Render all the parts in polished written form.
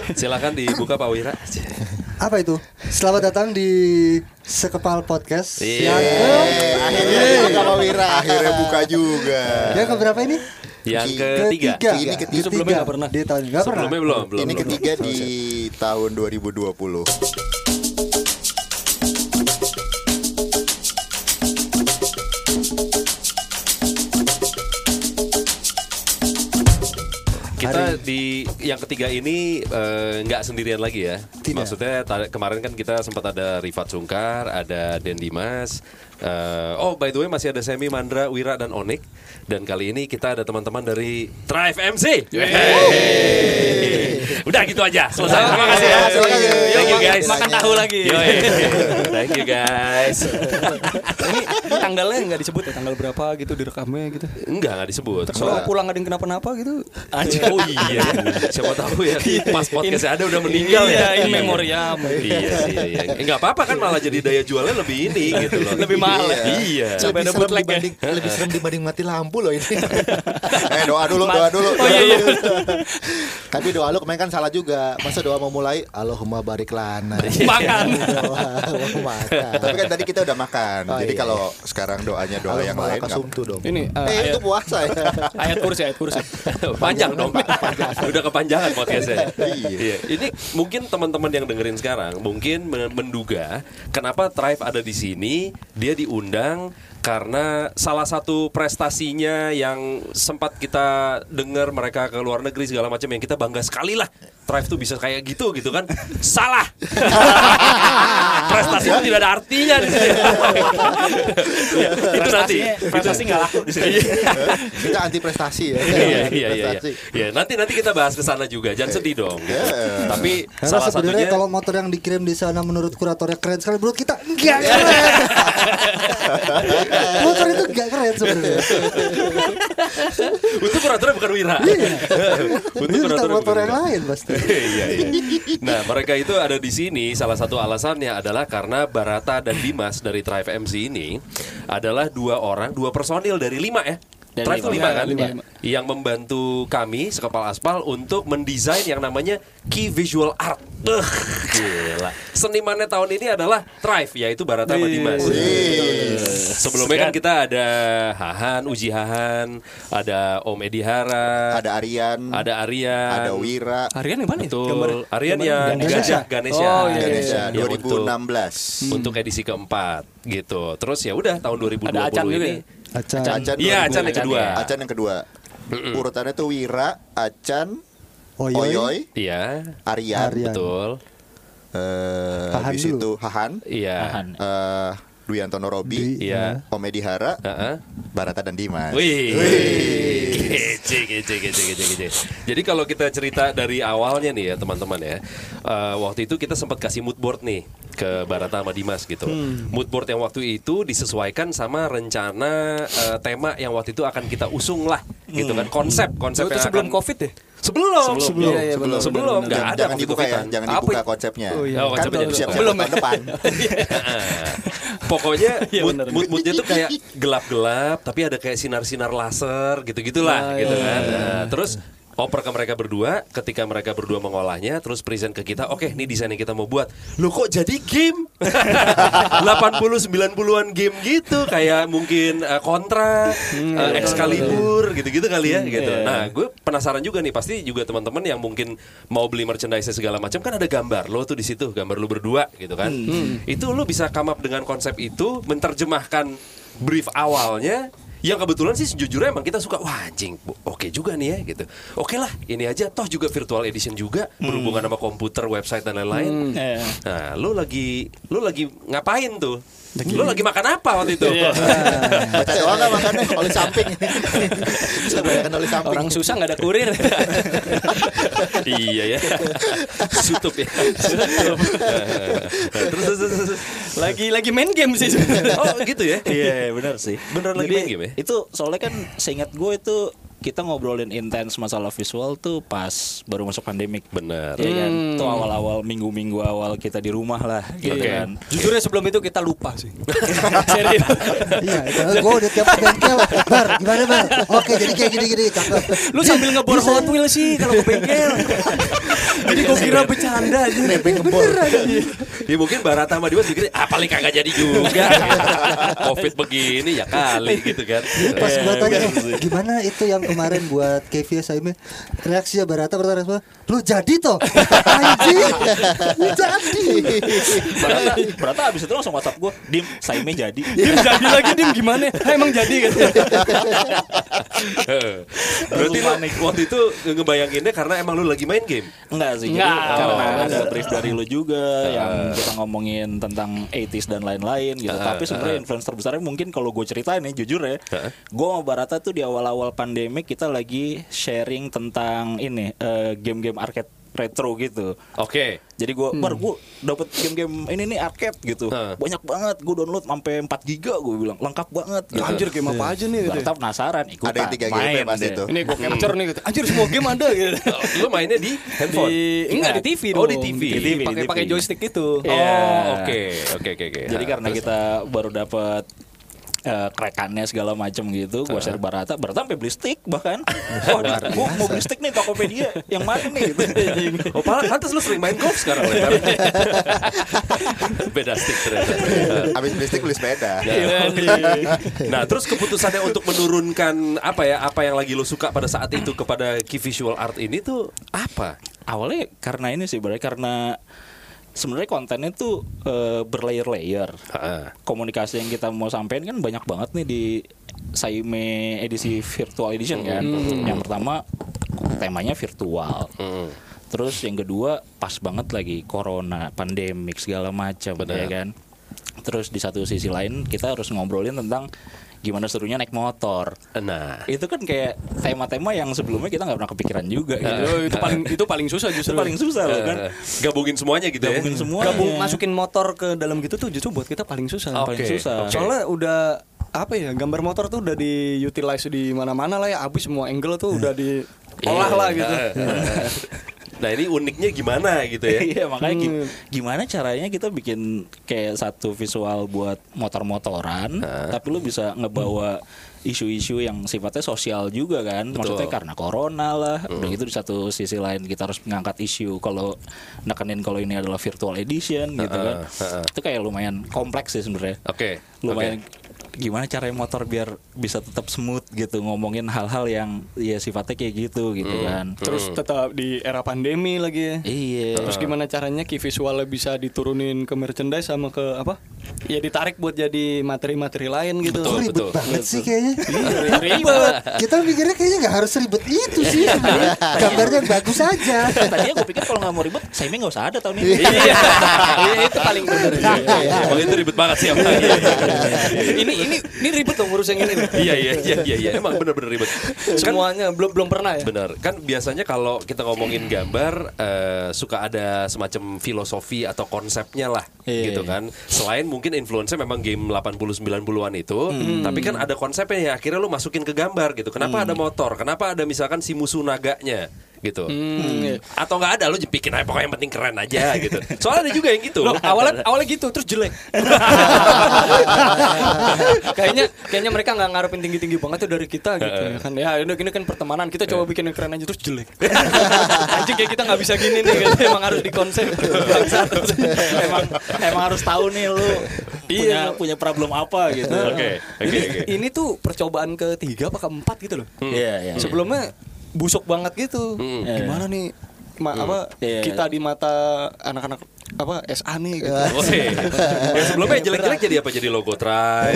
Silakan dibuka Pak Wira. Apa itu? Selamat datang di Sekepal Podcast. Akhirnya Pak Wira. Akhirnya buka juga. Yang keberapa ini? Yang ketiga. Ini ketiga. Sebelumnya nggak pernah. Di tahun nggak pernah. Sebelumnya belum. Ini ketiga di tahun 2020. Kita di yang ketiga ini nggak sendirian lagi ya. Tidak. Maksudnya kemarin kan kita sempat ada Rifat Sungkar, ada Den Dimas. Oh by the way masih ada Semi, Mandra, Wira dan Onik. Dan kali ini kita ada teman-teman dari Thrive MC. Udah gitu aja. Selesai. Terima kasih ya. Thank you guys. Makan tahu lagi. Thank you guys. Ini tanggalnya nggak disebut ya, tanggal berapa gitu direkamnya gitu. Nggak disebut. Kalau pulang ada yang kenapa-napa gitu. Oh iya. Siapa tahu ya pas podcastnya ada udah meninggal ya. In memoriam. Iya. Enggak apa-apa kan, malah jadi daya jualnya lebih ini gitu loh. Lebih mahal. Iya. Coba ada bootleg ya. Lebih serem dibanding mati lampu loh ini. Doa dulu. Oh iya. Tapi doa lu kemarin kan salah juga. Masa doa mau mulai Allahumma barik lana. Makan. Makan. Tapi kan tadi kita udah makan. Jadi iya. kalau sekarang doanya doa yang lain Kasumtu dong. Ini itu puasa ya. ayat kursi. Panjang dong Pak. Udah kepanjangan podcastnya. Iya. Ini mungkin teman-teman yang dengerin sekarang mungkin menduga kenapa Thrive ada di sini. Dia diundang karena salah satu prestasinya yang sempat kita dengar mereka ke luar negeri segala macam yang kita bangga sekali lah. Thrive tuh bisa kayak gitu kan. Salah. Prestasi itu tidak ada artinya di sini. Itu nanti prestasi nggak laku di sini. Kita anti prestasi ya. Iya. Nanti kita bahas ke sana juga. Jangan sedih dong. Tapi Karena salah sebenarnya satunya kalau motor yang dikirim di sana menurut kuratornya keren sekali, menurut kita enggak keren. Motor itu enggak keren sebenarnya. untuk kuratornya bukan Wira. Untuk Ini kuratornya motor bukan yang Wira. lain pasti. Iya. Nah, mereka itu ada di sini. Salah satu alasannya adalah karena Barata dan Dimas dari Thrive MC ini adalah dua personil dari 5 ya. Thrive itu 5 kan? Yang membantu kami Sekepal Aspal untuk mendesain yang namanya Key Visual Art. Gila. Senimannya tahun ini adalah Thrive, yaitu Barata sama Dimas. Sebelumnya kan kita ada Hahan, Uji Hahan, ada Om Edi Hara, Ada Aryan, ada ada Wira. Harian yang mana itu? Aryan yang Ganesha. Oh, iya. Indonesia Ya, 2016. untuk edisi keempat gitu. Terus ya udah tahun 2020 Ada Acan juga ini. ya? Acan. Iya, Acan yang kedua. Acan yang kedua. Urutannya tuh Wira, Acan, Oyoy, Iya, Aryan. betul. Habis dulu. itu Hahan, Iya. Dwi Antono Robi, Iya. Om Edi Hara, Heeh. Barata dan Dimas. Wih. Kece. Jadi kalau kita cerita dari awalnya nih ya teman-teman ya, waktu itu kita sempat kasih mood board nih ke Barata sama Dimas gitu. Mood board yang waktu itu disesuaikan sama rencana tema yang waktu itu akan kita usung lah, gitu kan, konsep Itu yang sebelum akan- COVID ya? Sebelum. Iya, benar, Sebelum benar. nggak ada Jangan waktu dibuka ya, COVID-an. jangan Apa dibuka itu? konsepnya. Oh, iya. Oh, Kan konsepnya belum siap-siap belum tahun depan. Pokoknya Iya, benar. moodnya tuh kayak gelap-gelap tapi ada kayak sinar-sinar laser gitu-gitulah gitu kan. Nah, terus oper ke mereka berdua, ketika mereka berdua mengolahnya terus present ke kita, oke ini desain yang kita mau buat. Loh kok jadi game? 80-90an game gitu, kayak mungkin Contra, Excalibur gitu-gitu kali ya gitu. Nah, gue penasaran juga nih, pasti juga teman-teman yang mungkin mau beli merchandise segala macam kan ada gambar lo tuh di situ, gambar lo berdua gitu kan. Itu lo bisa come up dengan konsep itu, menerjemahkan brief awalnya. Yang kebetulan sih sejujurnya emang kita suka, wah anjing, oke juga nih ya gitu. Oke lah, ini aja, toh juga virtual edition juga, berhubungan sama komputer, website dan lain-lain. Nah, lu lagi ngapain tuh? Lu lagi makan apa waktu itu? Baca doang nggak makannya? Oli samping. Kebanyakan oli samping. Orang susah nggak ada kurir. Iya ya, sutup ya. Terus. Lagi main game sih. Oh gitu ya? Iya benar sih. Bener lagi main game ya? Itu soalnya kan seingat gue itu kita ngobrolin intens masalah visual tuh pas baru masuk pandemik. Bener. Ya kan? Itu awal-awal minggu-minggu awal kita di rumah lah gitu Oke. kan. Jujurnya sebelum itu kita lupa sih. Serius. Iya, itu gue udah tiap ke bengkel. Bar, gimana Bar? Oke, jadi kayak gini-gini. Cakep. Lu sambil ngebor Hot Wheels sih kalau ke bengkel. Jadi gue kira bercanda aja. Nebeng kebor. Ya mungkin Barata sama Dimas mikirnya paling kagak jadi juga. Covid begini ya kali gitu kan. Pas gua tanya gimana itu yang kemarin buat Kevin Saime, reaksinya Barata pertama semua, lu jadi toh? Anjing. Jadi. Berarti abis itu langsung WhatsApp gue, Dim, Saime jadi. Dim jadi lagi Dim gimana? Emang jadi kan? Berarti lo waktu itu ngebayanginnya karena emang lu lagi main game. Enggak sih, jadi karena ada brief dari lu juga yang kita ngomongin tentang 80s dan lain-lain gitu. Tapi sebenarnya influence terbesarnya mungkin kalau gue ceritain nih jujur ya, gue sama Barata tuh di awal-awal pandemik kita lagi sharing tentang ini game-game arcade retro gitu. Oke. Jadi gue dapet game-game ini nih arcade gitu. Banyak banget, gue download sampai 4 giga gue bilang lengkap banget. Gitu. Anjir game apa aja nih? Barata penasaran, ikutan. Ada yang 3 game pasti itu. Ini gue capture nih gitu. Anjir semua game ada gitu. Lu mainnya di handphone? Enggak di TV Oh, dong. di TV. Pakai joystick itu. Oh, oke. Jadi karena kita baru dapat krekannya segala macam gitu, gue share Barata sampai beli stick bahkan. Oh, gue mau beli stick nih Tokopedia, yang mana nih? Gitu. Oh, pantas lu sering main golf sekarang. Beda stick ternyata. Habis beli sepeda. Nah, terus keputusannya untuk menurunkan apa yang lagi lo suka pada saat itu kepada key visual art ini tuh apa? Awalnya karena ini sih, karena sebenarnya kontennya tuh berlayer-layer. Komunikasi yang kita mau sampaikan kan banyak banget nih di Saime edisi virtual edition kan. Yang pertama temanya virtual. Terus yang kedua pas banget lagi corona, pandemik segala macam ya kan. Terus di satu sisi lain kita harus ngobrolin tentang gimana serunya naik motor. Nah, itu kan kayak tema-tema yang sebelumnya kita nggak pernah kepikiran juga gitu. Itu paling susah justru. Itu paling susah loh kan. Gabungin semuanya gitu Gabungin ya. semuanya. Masukin motor ke dalam gitu tuh justru buat kita paling susah. Paling susah. Soalnya udah apa ya, gambar motor tuh udah di utilize di mana-mana lah ya, abis semua angle tuh udah diolah lah gitu. Nah, ini uniknya gimana gitu ya. Iya, makanya gimana caranya kita bikin kayak satu visual buat motor-motoran, tapi lu bisa ngebawa isu-isu yang sifatnya sosial juga kan. Maksudnya karena corona lah. Udah gitu di satu sisi lain kita harus mengangkat isu kalau nekenin kalau ini adalah virtual edition gitu kan. Itu kayak lumayan kompleks sih sebenarnya. Oke. Lumayan gimana caranya motor biar bisa tetap smooth gitu, ngomongin hal-hal yang ya sifatnya kayak gitu kan. Terus tetap di era pandemi lagi ya. Iya. Terus gimana caranya key visualnya bisa diturunin ke merchandise sama ke apa? Ya ditarik buat jadi materi-materi lain gitu. Ribet banget sih kayaknya. Ribet. Kita mikirnya kayaknya nggak harus ribet itu sih sebenarnya. Gambarnya bagus aja. Tadinya gue pikir kalau nggak mau ribet, saya nggak usah ada tahun ini. Iya, itu paling benar. Emang itu ribet banget sih. Ini ribet dong ngurus yang ini. Iya. Emang bener-bener ribet. Semuanya belum pernah ya. Bener. Kan biasanya kalau kita ngomongin gambar suka ada semacam filosofi atau konsepnya lah gitu kan. Selain mungkin influence-nya memang game 80-90-an itu, tapi kan ada konsepnya ya akhirnya lu masukin ke gambar gitu. Kenapa ada motor? Kenapa ada misalkan si musuh naganya? Gitu. Atau nggak ada, lu bikin aja pokoknya yang penting keren aja gitu. Soalnya ada juga yang gitu. Loh, awalnya gitu terus jelek. kayaknya mereka nggak ngarepin tinggi-tinggi banget tuh dari kita gitu ya kan. Ya ini kan pertemanan, kita coba bikin yang keren aja terus jelek. Anjing kayak kita nggak bisa gini nih gitu. Emang harus dikonsep. emang harus tahu nih lu punya problem apa gitu. Oke. Ini tuh percobaan ketiga apa keempat gitu loh. Iya. Sebelumnya busuk banget gitu. Gimana nih kita di mata anak-anak apa SA nih gitu. Ya sebelumnya jelek-jelek jadi apa? Jadi logo try.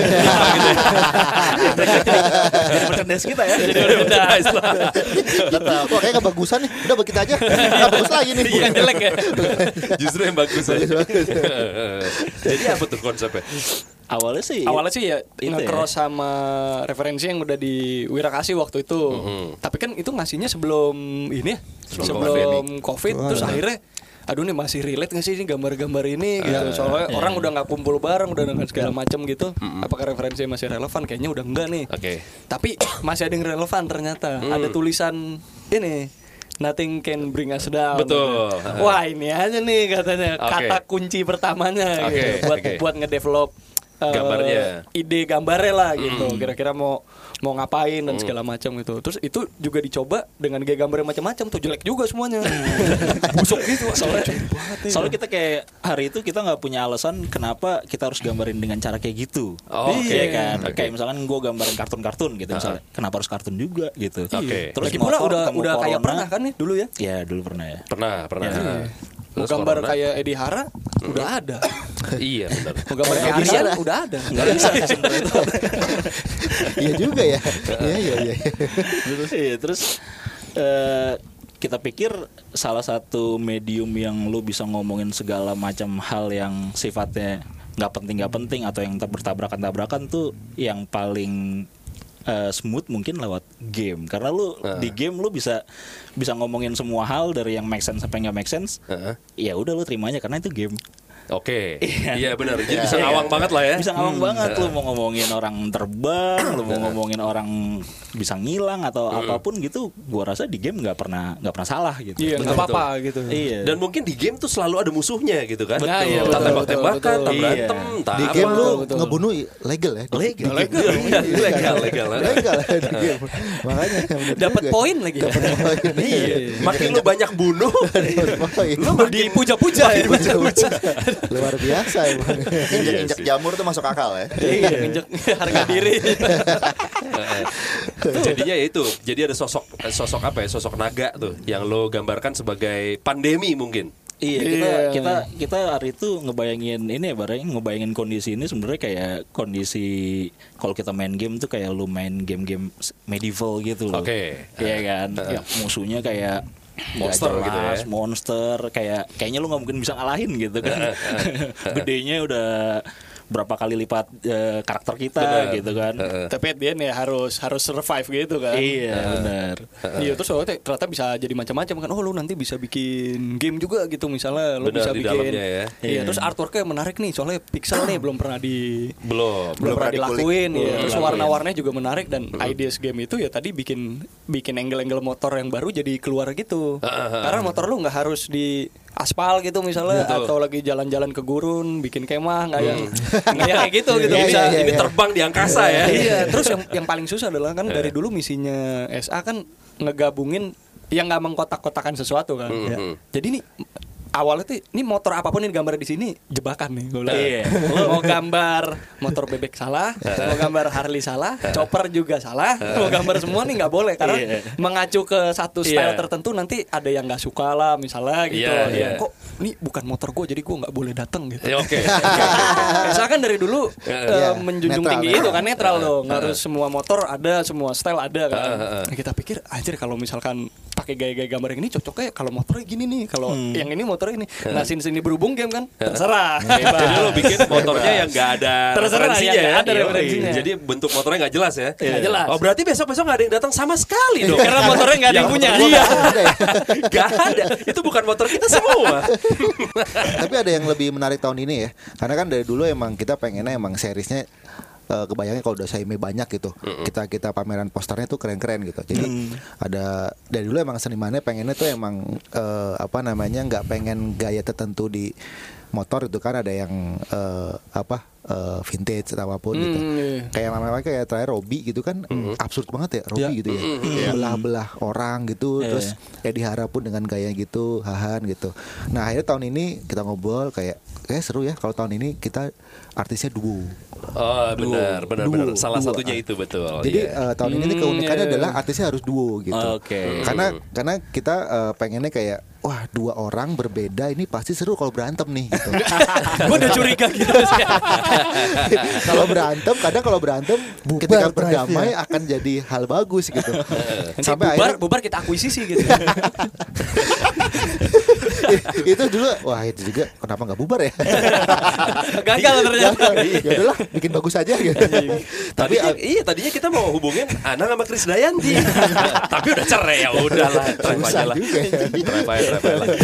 Jadi merchandise kita ya. Jadi merchandise lah. Tetap. Wah, kayak kebagusan nih. Udah begitu aja. Nggak bagus lagi nih. Bukan jelek ya. Justru yang bagus aja. Jadi apa tuh konsepnya? Awalnya sih ya nge-cross sama referensi yang udah di Wira kasih waktu itu. Tapi kan itu ngasihnya sebelum ini ya. Sebelum COVID. Terus akhirnya aduh nih masih relate gak sih ini gambar-gambar ini gitu. Soalnya orang udah gak kumpul bareng, udah dengan segala macam gitu. Apakah referensinya masih relevan? Kayaknya udah enggak nih. Tapi masih ada yang relevan ternyata. Ada tulisan ini, nothing can bring us down. Betul. Gitu. Wah ini aja nih katanya kata kunci pertamanya gitu. Buat ngedevelop Gambarnya. ide gambarnya lah gitu. Kira-kira mau ngapain dan segala macam gitu. Terus itu juga dicoba dengan gaya gambarnya macam-macam tuh, jelek juga semuanya. Busuk gitu. Soalnya kita kayak hari itu kita nggak punya alasan kenapa kita harus gambarin dengan cara kayak gitu. Iya kan. Kayak misalkan gue gambarin kartun-kartun gitu misalnya. Kenapa harus kartun juga gitu. Terus Lagi pula udah kayak pernah kan nih dulu ya? Ya dulu pernah ya. Pernah. Mau gambar kayak Edi Hara udah ada. Iya benar. Mau gambar kayak Aryan udah ada. Nggak bisa sebenarnya itu. Iya juga ya. Iya. Terus kita pikir salah satu medium yang lu bisa ngomongin segala macam hal yang sifatnya nggak penting atau yang bertabrakan tuh yang paling smooth mungkin lewat game, karena lu di game lu bisa ngomongin semua hal dari yang make sense sampai nggak make sense. Ya udah lu terima aja karena itu game. Oke. Iya benar. Jadi bisa ngawang banget lah ya. Bisa ngawang banget. Lu mau ngomongin orang terbang, lu mau ngomongin orang bisa ngilang atau apapun gitu, gua rasa di game nggak pernah salah gitu. Iya, nggak apa-apa gitu. Iya. Dan mungkin di game tuh selalu ada musuhnya gitu kan. Betul. Iya, Entah tembak-tembakan, betul. entah berantem, entah Di apa. game lu betul. ngebunuh legal ya. Legal di game. Makanya Dapat poin lagi. Iya. Makin lu banyak bunuh, Lu dipuja-puja ya. luar biasa emang. Injek jamur tuh masuk akal ya. Iya, nginjek harga diri. jadinya ya itu. Jadi ada sosok apa ya? Sosok naga tuh yang lo gambarkan sebagai pandemi mungkin. Iya, kita hari itu ngebayangin ini ya, ngebayangin kondisi ini sebenarnya kayak kondisi kalau kita main game tuh kayak lu main game-game medieval gitu loh. Oke. Iya kan? Ya, musuhnya kayak Monster gak jelas, gitu ya. monster kayaknya lu nggak mungkin bisa ngalahin gitu kan. Gedenya udah berapa kali lipat karakter kita gitu kan. Tapi at the end ya harus survive gitu kan. Iya benar. Iya, terus ternyata bisa jadi macam-macam kan. Oh, lu nanti bisa bikin game juga gitu misalnya. Lu Benar, bisa di bikin. dalamnya ya. Iya, terus artworknya menarik nih. Soalnya pixel nih belum pernah Belum pernah dilakuin ya. Terus dilakuin. warna-warnanya juga menarik dan ideas game itu ya tadi bikin angle-angle motor yang baru jadi keluar gitu. Karena motor lu nggak harus di aspal gitu misalnya atau lagi jalan-jalan ke gurun bikin kemah nggak kayak gitu bisa ini terbang di angkasa ya. Iya, terus yang paling susah adalah kan dari dulu misinya SA kan ngegabungin yang nggak mengkotak-kotakan sesuatu kan. Jadi nih awalnya tuh ini motor apapun yang gambar di sini jebakan nih gue bilang. Iya. Mau gambar motor bebek salah, mau gambar Harley salah, chopper juga salah, mau gambar semua nih nggak boleh karena mengacu ke satu style tertentu nanti ada yang nggak suka lah misalnya gitu. Iya. Kok ini bukan motor gue jadi gue nggak boleh datang gitu. Ya, oke. Saya kan dari dulu menjunjung netral, tinggi netral. itu kan netral loh, nggak harus semua motor ada, semua style ada kan. Nah, kita pikir anjir kalau misalkan pakai gaya-gaya gambar yang ini cocoknya kalau motornya gini nih, kalau yang ini motornya ini. Nah sini berhubung game kan terserah. Jadi lo bikin motornya yang nggak ada Terserah, referensinya yang ya. nggak ada referensinya. Jadi bentuk motornya nggak jelas ya. Nggak jelas. Oh berarti besok nggak ada yang datang sama sekali dong. Karena motornya nggak ada yang punya. Iya. Nggak ada. Itu bukan motor kita semua. Tapi ada yang lebih menarik tahun ini ya. Karena kan dari dulu emang kita pengennya emang seriesnya kebayangnya kalau udah Saime banyak gitu. Kita pameran posternya tuh keren-keren gitu. Jadi ada dari dulu emang senimannya pengennya tuh emang nggak pengen gaya tertentu di motor itu kan ada yang vintage atau apapun gitu. Kayak namanya kayak terakhir Robby gitu kan absurd banget ya Robby gitu ya. Belah-belah orang gitu terus Edi Hara pun dengan gaya gitu, Hahan gitu. Nah, akhirnya tahun ini kita ngobrol kayak seru ya kalau tahun ini kita artisnya duo. Oh benar. Salah satunya itu betul. Jadi tahun ini keunikannya adalah artisnya harus duo gitu. Oke. Karena kita pengennya kayak wah 2 orang berbeda ini pasti seru kalau berantem nih gitu. Gue udah curiga gitu. Kalau berantem ketika berdamai akan jadi hal bagus gitu. Sampai bubar kita akuisisi gitu. itu dulu wah itu juga kenapa nggak bubar ya? Gagal ternyata. Ya udahlah bikin bagus aja gitu. Tapi Tadinya kita mau hubungin Anang sama Krisdayanti. Tapi udah cerai ya udahlah. susah juga ya. Trafai lah.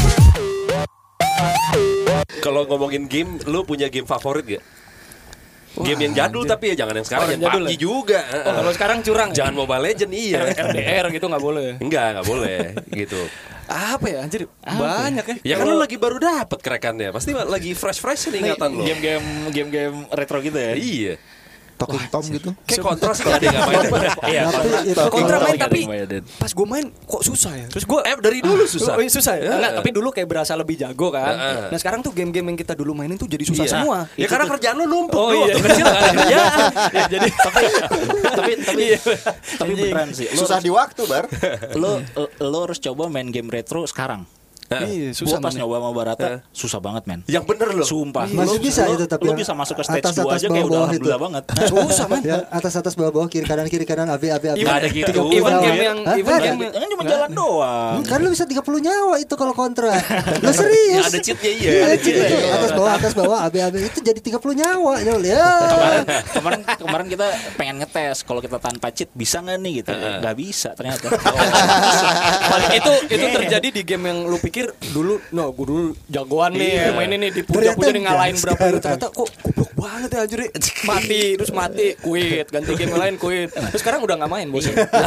Kalau ngomongin game, lu punya game favorit gak? Game yang jadul tapi ya jangan yang sekarang, Oh, yang jadul PUBG ya? juga. Oh, kalau sekarang curang. Jangan Mobile Legend iya. RDR gitu nggak boleh. Enggak boleh gitu. Apa ya anjir? Banyak ya. Ya kan lu lagi baru dapet kerekannya. Pasti lagi fresh nih ingatan lu. Game retro gitu ya. Iya. Talking Tom gitu. Kayak Kontra sih nggak ada yang ngapain. Iya, Tapi itu Kontra main Nggak ada tapi yang mainin. pas gue main kok susah ya. Terus gue Dari dulu susah. Oh, iya, susah ya? Enggak, tapi dulu kayak berasa lebih jago kan. Nah sekarang tuh game-game yang kita dulu mainin tuh jadi susah Iya. semua. Ya karena kerjaan lu numpuk. Oh, Lu iya. waktu kecil nggak ada kerjaan. Ya, jadi Tapi beneran sih. Susah di waktu, Bar. Lo harus coba main game retro sekarang. Iya, susah Gua pas mainnya. nyoba sama Barata susah banget men. Yang bener loh. Sumpah. Masih bisa itu tapi lo yang bisa masuk ke stage atas, 2 atas, aja kayak bawah, udah bawah itu. alhamdulillah banget. Susah man. Ya atas bawah kiri kanan AB. Nggak ada gitu. Even game yang Hah? even Ada. game yang Kan cuma jalan doang. Kan lu bisa 30 nyawa itu kalau kontra. Lu serius? Ya ada cheatnya iya. Iya, cheat itu. Atas bawah AB itu jadi 30 nyawa. Ya. Kemarin kita pengen ngetes kalau kita tanpa cheat bisa nggak nih gitu. Nggak bisa ternyata. itu terjadi di game yang lu pikir dulu gue dulu jagoan nih main ini di puja-puja Ternyata nih ngalahin enggak, berapa sekarang. ternyata kok goblok banget ya anjir mati quit ganti game lain quit terus sekarang udah nggak main bos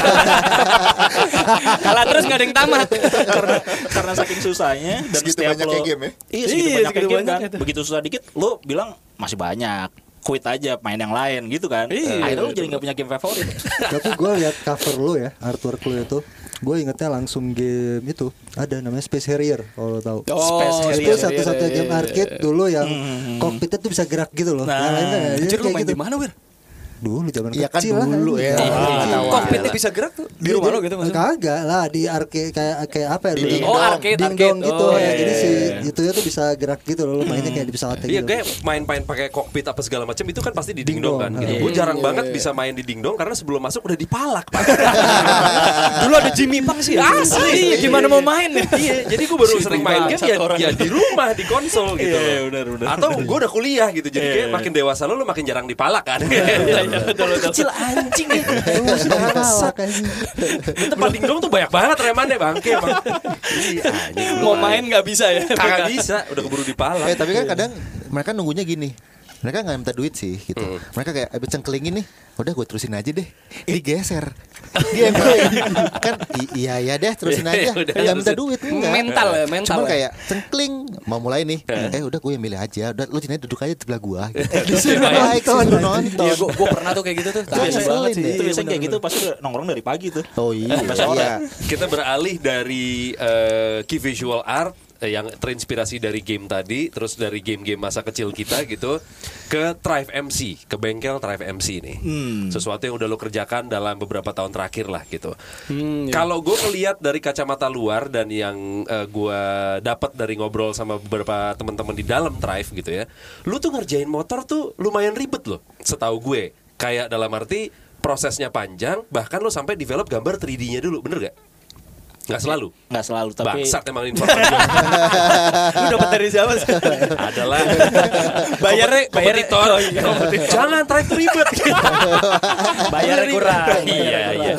kalah terus nggak ada yang tamat karena saking susahnya dan Segitu setiap banyaknya lo game ya? Iya, Iya, segitu segitu banyaknya game kan. banyaknya. Begitu susah dikit lo bilang masih banyak. Quit aja main yang lain gitu kan. Iya. Akhirnya lo jadi nggak punya game favorit. Tapi gue lihat cover lu ya, artwork lu itu, gue ingetnya langsung game itu ada namanya Space Harrier kalau lo tahu. Itu satu-satunya game arcade dulu yang cockpitnya tuh bisa gerak gitu loh. Yang lain kan ya, anjir lu kayak main gitu. di mana Wir? Dulu zaman Iya kan kecil lah. dulu ya. Kokpitnya bisa gerak tuh di rumah lo gitu maksudnya Kagak lah di arcade kayak apa ya? Ding oh arcade dingdong gitu oh, ya. iya, Jadi iya, si iya. itu ya tuh bisa gerak gitu loh. Lo mainnya kayak di pesawatnya Iya gitu. kayak main-main pakai kokpit apa segala macam itu kan pasti di dingdong kan gitu. Iya. Gue jarang banget bisa main di dingdong karena sebelum masuk udah dipalak Pak. dulu ada Jimmy Pang sih asli gimana mau main ya Iya, jadi gue baru sering main game ya di rumah di konsol gitu. Iya, benar. Atau gue udah kuliah gitu. Jadi kayak makin dewasa lu makin jarang dipalak kan. kecil anjing ya Di tempat dingdong tuh banyak banget remannya bangke emang. Iya, anjing, lu mau main nggak bisa ya kagak bisa, udah keburu dipalak. Tapi kan kadang mereka nunggunya gini. Mereka nggak minta duit sih gitu. Mereka kayak abis cengkelingin nih, udah gue terusin aja deh. Digeser. Dia kan iya deh terusin aja. Udah, Nggak minta duit enggak. mental ya mental Cuma ya. kayak cengkling mau mulai nih. Udah gue yang milih aja. Udah lu sini duduk aja di sebelah gua gitu. Baik lu nonton. Iya, gue pernah tuh kayak gitu tuh. Biasa Biasa banget sih. Itu biasanya kayak gitu pasti udah nongkrong dari pagi tuh. Oh iya. Iya. Kita beralih dari key visual art yang terinspirasi dari game tadi, terus dari game-game masa kecil kita gitu, ke Thrive MC, ke bengkel Thrive MC nih. Sesuatu yang udah lo kerjakan dalam beberapa tahun terakhir lah gitu. Kalau gue ngeliat dari kacamata luar dan yang gue dapat dari ngobrol sama beberapa teman-teman di dalam Thrive gitu ya, lu tuh ngerjain motor tuh lumayan ribet loh, setahu gue. Kayak dalam arti prosesnya panjang, bahkan lo sampai develop gambar 3D-nya dulu, bener gak? Nggak selalu. Nggak selalu tapi Bangsat emang informasi. Lu dapat dari siapa sih? Adalah Bayarnya kompetitor. Jangan try to ribet. Bayarnya kurang. Iya.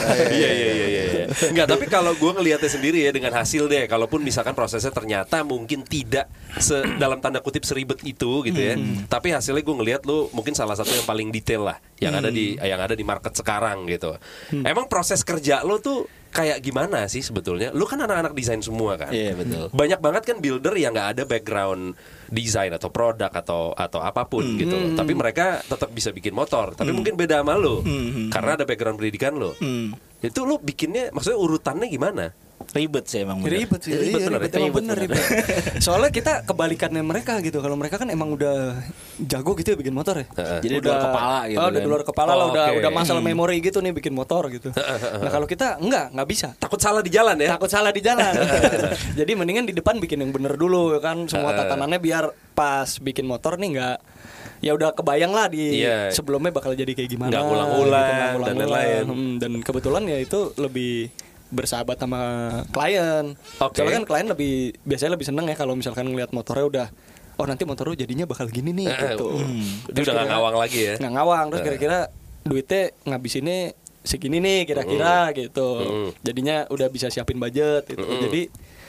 Enggak, tapi kalau gue ngelihatnya sendiri ya dengan hasil deh, kalaupun misalkan prosesnya ternyata mungkin tidak dalam tanda kutip seribet itu gitu ya. Tapi hasilnya gue ngelihat lu mungkin salah satu yang paling detail lah yang ada di market sekarang gitu. Emang proses kerja lo tuh kayak gimana sih sebetulnya? Lu kan anak-anak desain semua kan? Iya, betul. Banyak banget kan builder yang nggak ada background desain atau produk atau apapun gitu loh. Tapi mereka tetap bisa bikin motor. Tapi mungkin beda sama lu karena ada background pendidikan lu. Itu lu bikinnya maksudnya urutannya gimana? ribet sih emang. Ribet sih, Ribet bener, emang bener ribet. Soalnya kita kebalikannya mereka gitu. Kalau mereka kan emang udah jago gitu ya bikin motor ya. Jadi di luar kepala gitu udah kan. di luar kepala lah, Oke. udah masalah memori gitu nih bikin motor gitu. Nah kalau kita nggak bisa. Takut salah di jalan ya? Takut salah di jalan. Jadi mendingan di depan bikin yang bener dulu ya kan. Semua tatanannya biar pas bikin motor nih nggak, ya udah kebayang lah di sebelumnya bakal jadi kayak gimana. Nggak ngulang-ngulang gitu, dan lain-lain. Dan kebetulan ya itu lebih bersahabat sama klien. Oke. Soalnya kan klien biasanya lebih seneng ya kalau misalkan ngelihat motornya udah, oh nanti motor lu jadinya bakal gini nih gitu. Dia udah nggak ngawang lagi ya? Nggak ngawang, terus kira-kira duitnya ngabisinnya segini nih kira-kira gitu. Jadinya udah bisa siapin budget gitu. Jadi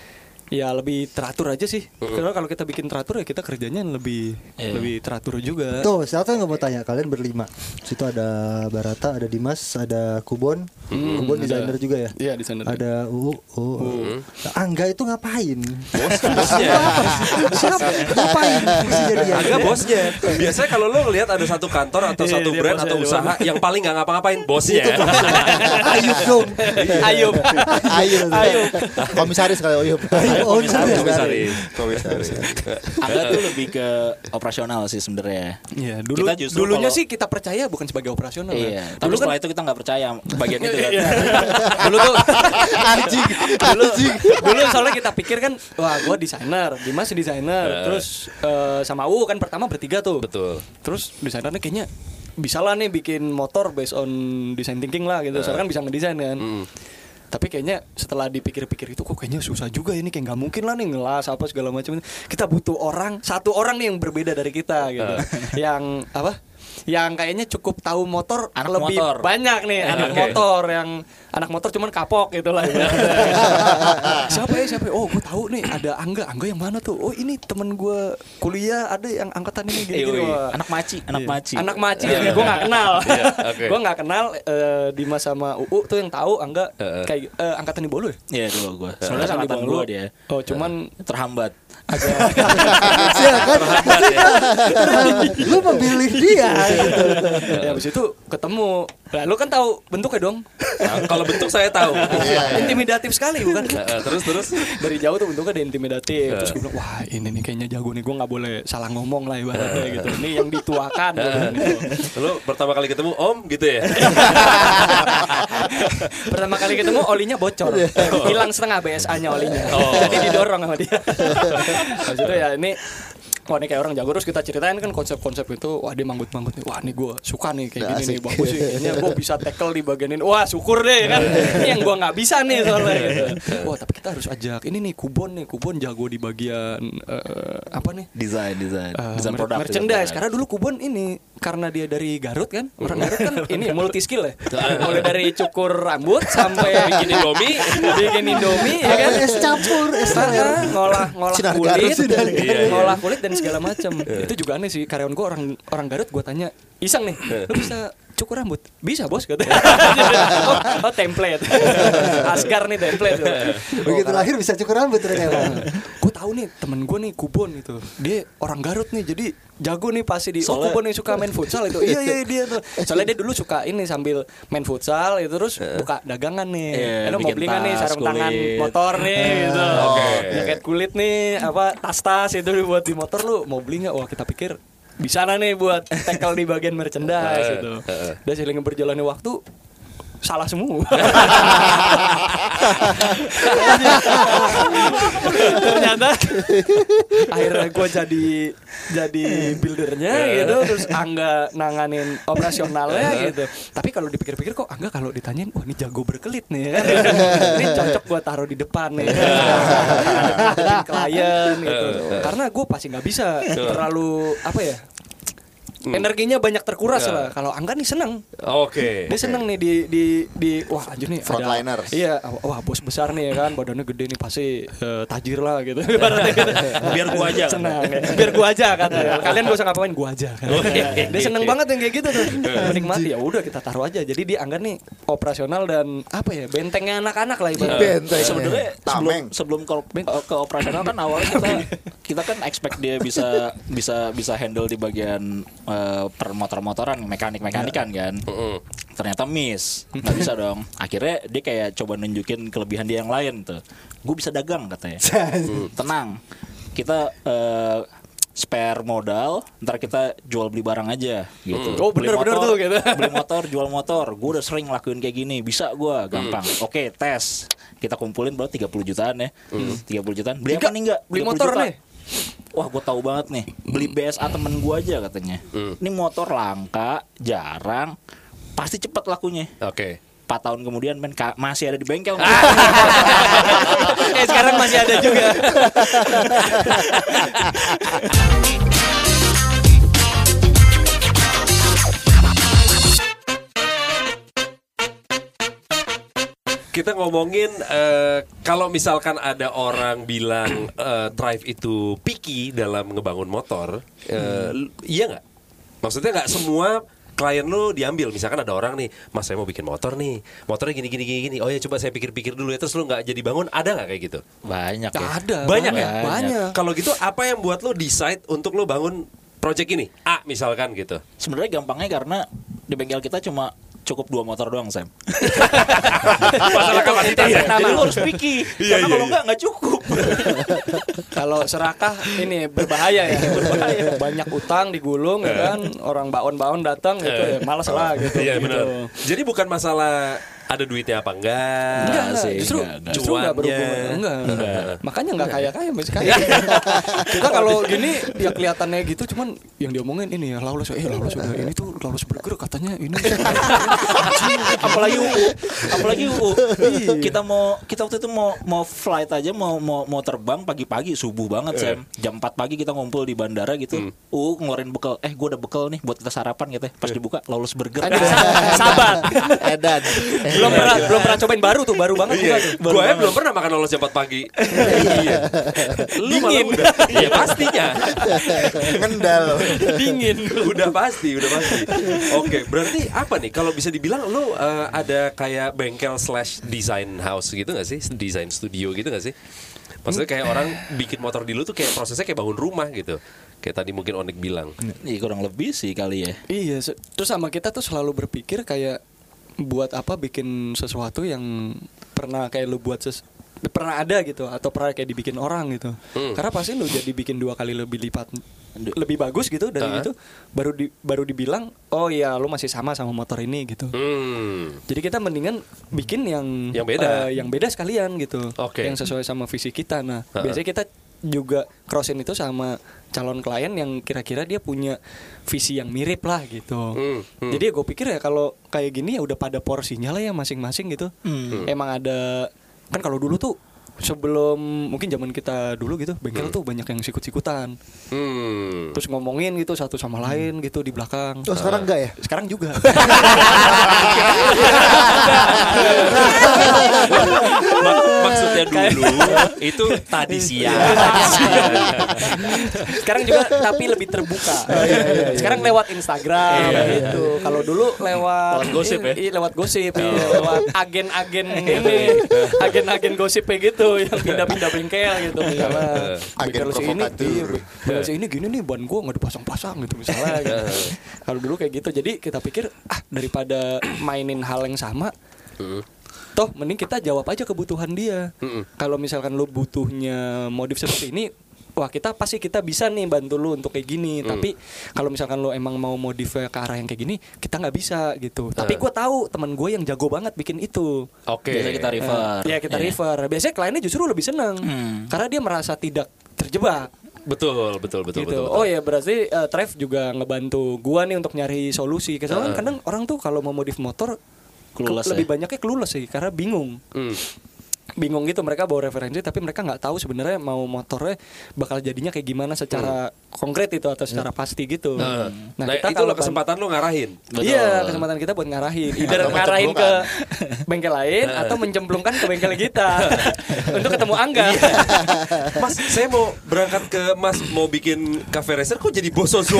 ya lebih teratur aja sih. Karena kalau kita bikin teratur ya kita kerjanya lebih teratur juga. Tuh, saya nggak mau tanya, kalian berlima. Situ ada Barata, ada Dimas, ada Kubon. Kubon desainer juga ya? Iya, desainer. Ada Nah, Angga itu ngapain? Bosnya. Siapa? Ngapain? Fungsinya dia? Angga bosnya. Biasanya kalau lo ngelihat ada satu kantor atau satu dia brand bosnya, atau usaha yang paling nggak ngapa-ngapain, bosnya. Ayub dong. Ayub. Komisaris kali Oyub. Komisaris. Angga tuh lebih ke operasional sih sebenarnya. Iya, dulunya sih kita percaya bukan sebagai operasional. Iya, Ya. tapi setelah itu kita nggak percaya bagian itu kan. Dulu tuh dulu soalnya kita pikir kan, wah gue desainer, Dimas desainer, terus sama kan pertama bertiga tuh. Betul. Terus desainernya kayaknya bisa lah nih bikin motor based on design thinking lah gitu. Soalnya kan bisa ngedesain kan. Tapi kayaknya setelah dipikir-pikir itu kok kayaknya susah juga ini, kayak nggak mungkin lah nih ngelas apa segala macam. Kita butuh satu orang nih yang berbeda dari kita gitu. Yang apa? Yang kayaknya cukup tahu motor Anak lebih motor. banyak nih motor yang anak motor cuman kapok gitu lah. Siapa ya? Oh, gue tahu nih ada Angga yang mana tuh? Oh, ini temen gue kuliah ada yang angkatan ini gini. Anak maci. Anak maci ya, gue nggak kenal. Gue nggak kenal Dimas sama tuh yang tahu Angga kayak angkatan di Bolu ya? Iya dulu gue. Soalnya angkatan gue dia. Oh, cuman terhambat. Silakan. Lu memilih dia. Ya habis itu ketemu. Lah lu kan tahu bentuknya dong. Nah, kalau bentuk saya tahu. Intimidatif sekali bukan? Terus Dari jauh tuh bentuknya ada intimidatif. Terus gue bilang, wah ini nih kayaknya jago nih, gue nggak boleh salah ngomong lah ibaratnya gitu. Ini yang dituakan. Lu pertama kali ketemu Om gitu ya? Pertama kali ketemu olinya bocor, hilang setengah BSA-nya olinya. Jadi didorong sama dia. Habis itu ya ini, wah ini kayak orang jago, terus kita ceritain kan konsep-konsep itu. Wah dia manggut-manggut nih, wah ini gue suka nih kayak gini nih, bagus sih kayaknya gue bisa tackle di bagian ini. Wah syukur deh kan, ini yang gue nggak bisa nih soalnya gitu. Wah tapi kita harus ajak ini nih Kubon jago di bagian apa nih, Desain produk, merchandise. Karena dulu Kubon ini karena dia dari Garut kan, orang Garut kan ini multi skill ya, mulai dari cukur rambut sampai bikin Indomie ya kan, Es campur, es taler, ngolah kulit dan segala macam. Itu juga aneh sih, karyawan gue orang Garut, gue tanya iseng nih, lu bisa cukur rambut? Bisa bos katanya. Oh template. Asgar nih template. Begitu lahir bisa cukur rambut ternyata. Gue tahu nih temen gue nih Kubon itu, dia orang Garut nih, jadi jago nih pasti di Kubon nih suka main futsal itu. Iya dia tuh. Soalnya dia dulu suka ini sambil main futsal itu, terus buka dagangan nih. Lo mau beli nggak nih sarung tangan motor nih gitu. Jaket kulit nih, apa tas itu buat di motor, lu mau beli nggak? Wah kita pikir bisa nih buat tackle di bagian merchandise gitu. Dan seiring berjalannya waktu salah semua. Ternyata akhirnya gue jadi buildernya gitu, terus Angga nanganin operasionalnya gitu. Tapi kalau dipikir-pikir kok Angga kalau ditanyain, wah ini jago berkelit nih kan. Ini cocok gue taruh di depan nih. Hadapin klien gitu. Karena gue pasti nggak bisa terlalu apa ya, energinya banyak terkuras lah. Kalau Angga nih seneng. Dia seneng nih di wah anjir nih frontliners. Iya, wah bos besar nih ya kan, badannya gede nih pasti tajir lah gitu. Biar gua aja. Senang ya. Biar gua aja kan. Kalian gak usah ngapain, gua aja kan. Dia seneng banget yang kayak gitu tuh. Menikmati, ya udah kita taruh aja. Jadi dia Angga nih operasional dan apa ya, bentengnya anak-anak lah ibaratnya. Sebenarnya sebelum ke operasional kan awalnya kita kan expect dia bisa handle di bagian per motor-motoran, mekanikan kan. Ternyata miss, nggak bisa dong. Akhirnya dia kayak coba nunjukin kelebihan dia yang lain tuh. Gue bisa dagang katanya. Tenang, kita spare modal, ntar kita jual beli barang aja gitu. Oh bener tuh gitu. Beli motor, jual motor. Gue udah sering lakuin kayak gini, bisa gue gampang. Oke, tes. Kita kumpulin baru 30 jutaan ya. 30 jutaan. Beli apa nih enggak? Beli motor juta. nih. Wah gue tahu banget nih, beli BSA temen gue aja katanya. Ini motor langka, jarang, pasti cepet lakunya. 4 tahun kemudian masih ada di bengkel. Sekarang masih ada juga. kita ngomongin kalau misalkan ada orang bilang Thrive itu picky dalam ngebangun motor, iya nggak? Maksudnya nggak semua klien lu diambil. Misalkan ada orang nih, Mas saya mau bikin motor nih, motornya gini. Oh ya coba saya pikir-pikir dulu ya, terus lu nggak jadi bangun. Ada nggak kayak gitu? Banyak ya. Ada. Banyak ya? Banyak. Kalau gitu apa yang buat lu decide untuk lu bangun project ini? A misalkan gitu. Sebenarnya gampangnya karena di bengkel kita cuma cukup 2 motor doang, Sam. Masalah kapasitas ya. Jadi lu harus picky. Karena kalau nggak cukup. Kalau serakah ini berbahaya ya. Berbahaya. Banyak utang digulung ya kan. Orang baon-baon datang gitu ya. Malas lah gitu. Iya gitu. benar. Jadi bukan masalah ada duitnya apa enggak. Enggak, sih, justru Cuannya. enggak berhubungan. Enggak. Makanya enggak kaya-kaya masih kaya. Kita kalau gini ya kelihatannya gitu, cuman yang diomongin ini ya Lawless udah ini tuh Lawless Burger katanya ini. apalagi UU. Kita waktu itu mau flight aja mau terbang pagi-pagi subuh banget, Sam. Jam 4 pagi kita ngumpul di bandara gitu. Ngeluarin bekal. Gue udah bekal nih buat kita sarapan gitu. Pas dibuka Lawless Burger. Sabar. Edan. Belum pernah cobain baru banget juga tuh. Gue belum pernah makan lolos jam 4 pagi. Iya. Lu malah udah. Iya pastinya. Ngendal. Dingin. Udah pasti. Oke, berarti apa nih? Kalau bisa dibilang lu ada kayak bengkel / design house gitu nggak sih? Design studio gitu nggak sih? Maksudnya kayak orang bikin motor di lu tuh kayak prosesnya kayak bangun rumah gitu. Kayak tadi mungkin Onik bilang. Iya kurang lebih sih kali ya. Iya, terus sama kita tuh selalu berpikir kayak buat apa bikin sesuatu yang pernah kayak lu buat pernah ada gitu atau pernah kayak dibikin orang gitu. Karena pasti lu jadi bikin 2 kali lebih lipat lebih bagus gitu dari itu baru dibilang oh iya lu masih sama motor ini gitu. Jadi kita mendingan bikin yang beda sekalian gitu. Yang sesuai sama visi kita. Nah, biasanya kita juga crossin itu sama calon klien yang kira-kira dia punya visi yang mirip lah gitu. Jadi gue pikir ya kalau kayak gini ya udah pada porsinya lah ya masing-masing gitu. Emang ada kan kalau dulu tuh sebelum mungkin zaman kita dulu gitu bengkel tuh banyak yang sikut-sikutan. Terus ngomongin gitu satu sama lain gitu di belakang. Oh sekarang enggak ya? Sekarang juga. Maksudnya dulu itu tadi siang. Sekarang juga tapi lebih terbuka. Sekarang lewat Instagram gitu. Kalau dulu lewat gosip ya? Lewat gosip, lewat agen-agen ini, agen-agen gosip kayak gitu yang pindah-pindah bengkel gitu misalnya. Agen provokatur. Bengkel ini gini nih ban gua enggak dipasang-pasang gitu misalnya. Gitu. Kalau dulu kayak gitu. Jadi kita pikir daripada mainin hal yang sama toh mending kita jawab aja kebutuhan dia. Kalau misalkan lu butuhnya modif seperti ini, wah kita bisa nih bantu lu untuk kayak gini. Tapi kalau misalkan lu emang mau modif ke arah yang kayak gini, kita nggak bisa gitu. Tapi gue tahu teman gue yang jago banget bikin itu. Biasa kita refer. Ya kita refer. Biasanya kliennya justru lebih seneng karena dia merasa tidak terjebak. Betul. Oh ya berarti Trev juga ngebantu gua nih untuk nyari solusi. Karena kadang orang tuh kalau mau modif motor lebih banyaknya clueless sih karena bingung. Bingung gitu, mereka bawa referensi tapi mereka nggak tahu sebenarnya mau motornya bakal jadinya kayak gimana secara konkret itu atau secara pasti gitu. Nah kita itulah kesempatan lo ngarahin. Iya, kesempatan kita buat ngarahin. Either ngarahin ke bengkel lain atau mencemplungkan ke bengkel kita untuk ketemu Angga. Mas, saya mau berangkat ke Mas mau bikin cafe racer kok jadi bosozo.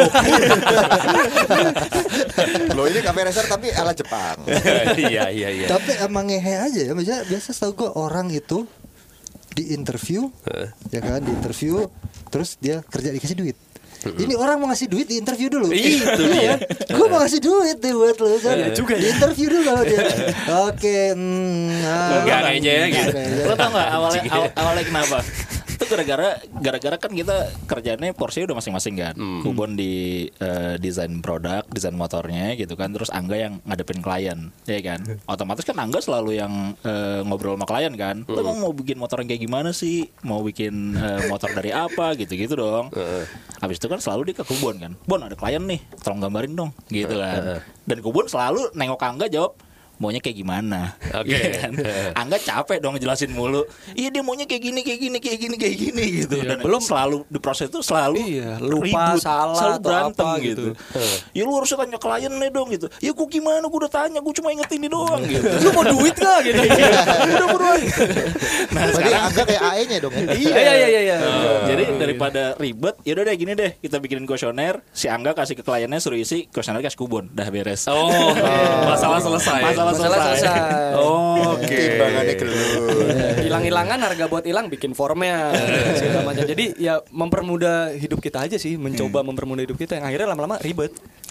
Lo ini cafe racer tapi ala Jepang. Iya. Tapi emang ngehe aja ya. Biasa tau gue orang itu di interview, ya kan, di interview, terus dia kerja dikasih duit. Ini orang mau ngasih duit di interview dulu. Itu dia. Gue mau ngasih duit deh buat lo. Juga di interview dulu sama dia. Oke, enggak kayaknya ya gitu. Lo tau nggak awalnya kenapa? Itu gara-gara kan kita kerjanya porsinya udah masing-masing kan. Kubon di desain produk, desain motornya gitu kan. Terus Angga yang ngadepin klien, ya kan. Otomatis kan Angga selalu yang ngobrol sama klien kan. Lo mau bikin motor yang kayak gimana sih? Mau bikin motor dari apa? Gitu-gitu dong. Habis itu kan selalu dia ke Kubon kan. Bon ada klien nih, tolong gambarin dong, gitu kan. Dan Kubon selalu nengok Angga jawab, maunya kayak gimana. Oke. Iya kan? Angga capek dong ngejelasin mulu. Iya dia maunya kayak gini gitu. Dan belum selalu di proses itu selalu lupa, ribut, salah selalu atau berantem apa gitu. Ya lu harusnya tanya klien nih dong gitu. Ya gua gimana, gua udah tanya, gua cuma inget ini doang gitu. Lu mau duit gak gitu. Udah buruan. Nah, Berarti sekarang Angga kayak AE-nya dong ya. Iya. jadi daripada ribet, ya udah deh gini deh, kita bikinin kuesioner, si Angga kasih ke kliennya suruh isi, kuesioner kasih kubon, dah beres. Masalah selesai. Masalah selesai. Oke. Timbangannya keluar. Hilang-hilangan harga buat hilang bikin formnya segala macam. Jadi ya mempermudah hidup kita aja sih, mencoba mempermudah hidup kita yang akhirnya lama-lama ribet.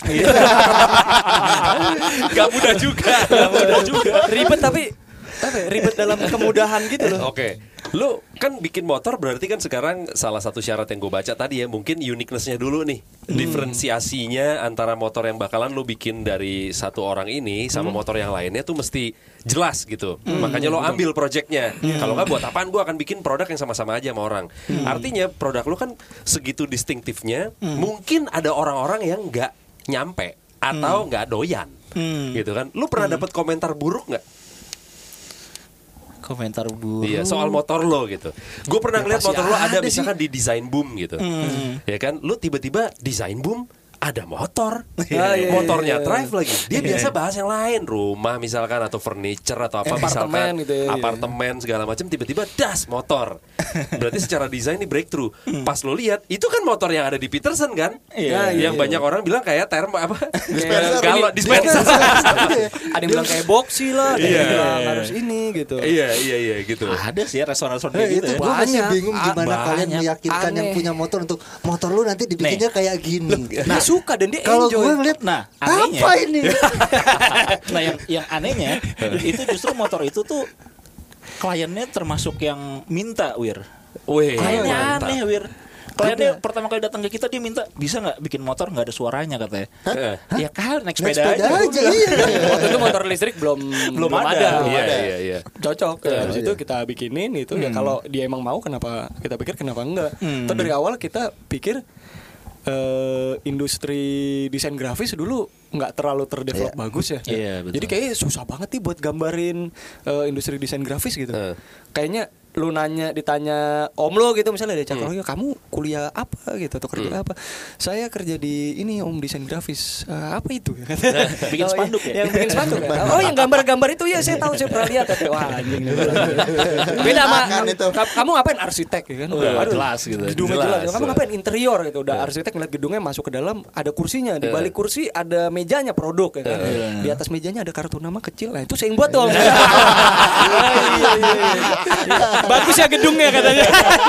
Gak mudah juga. Ribet tapi ribet dalam kemudahan gitu loh. Oke, lu kan bikin motor berarti kan sekarang salah satu syarat yang gue baca tadi ya mungkin uniqueness-nya dulu nih, diferensiasinya antara motor yang bakalan lu bikin dari satu orang ini sama motor yang lainnya tuh mesti jelas gitu. Makanya lo ambil projectnya. Kalau nggak buat apaan gue akan bikin produk yang sama-sama aja sama orang. Artinya produk lu kan segitu distinktifnya, mungkin ada orang-orang yang nggak nyampe atau nggak doyan, gitu kan? Lu pernah dapat komentar buruk nggak? Komentar buruk. Iya, soal motor lo gitu. Gue pernah ngeliat pasti motor lo ada ada misalkan di Design Boom gitu. Ya kan, lu tiba-tiba Design Boom ada motor, motornya drive lagi. Dia biasa bahas yang lain, rumah misalkan atau furniture atau apa Apartemen misalkan, gitu ya, apartemen segala macam. Tiba-tiba das motor. Berarti secara desain ini breakthrough. Pas lo lihat, itu kan motor yang ada di Peterson kan? Yang banyak orang bilang kayak termo apa? Galon dispenser. Ada yang bilang kayak boxy lah, ada yang bilang harus ini gitu. Iya gitu. Ada sih restoran-restoran kayak gitu. Itu gue masih Banyak. bingung gimana kalian Banyak. meyakinkan yang Aneh. punya motor untuk motor lu nanti dibikinnya kayak gini. Dia suka dan dia Kalau enjoy. gue ngeliat, Nah, anehnya, apa ini? nah yang anehnya itu justru motor itu tuh kliennya termasuk yang minta, Wir. Wih, Kliennya mantap. aneh, Wir. Kliennya pertama kali datang ke kita dia minta, bisa nggak bikin motor nggak ada suaranya katanya. Ya kan, naik Naik sepeda aja. aja, iya. Waktu itu motor listrik belum ada. Iya. Cocok. Habis itu kita bikinin itu ya kalau dia emang mau kenapa kita pikir kenapa enggak. Terus dari awal kita pikir industri desain grafis dulu nggak terlalu terdevelop bagus ya. Iya, betul. Jadi kayaknya susah banget nih buat gambarin industri desain grafis gitu. Kayaknya lu ditanya om lo gitu misalnya dia cakap, kamu kuliah apa gitu atau kerja apa? Saya kerja di ini om desain grafis. Apa itu? Bikin spanduk ya? Yang bikin spanduk ya? Oh yang gambar-gambar itu ya saya tahu, saya pernah lihat. Wah anjing. Beda sama kamu ngapain arsitek ya kan? Udah jelas gitu. Gedungnya jelas. Kamu ngapain interior gitu? Udah arsitek ngeliat gedungnya masuk ke dalam ada kursinya, di balik kursi ada mejanya produk ya kan. Di atas mejanya ada kartu nama kecil. Nah itu saya yang buat dong. Bagus ya gedungnya katanya.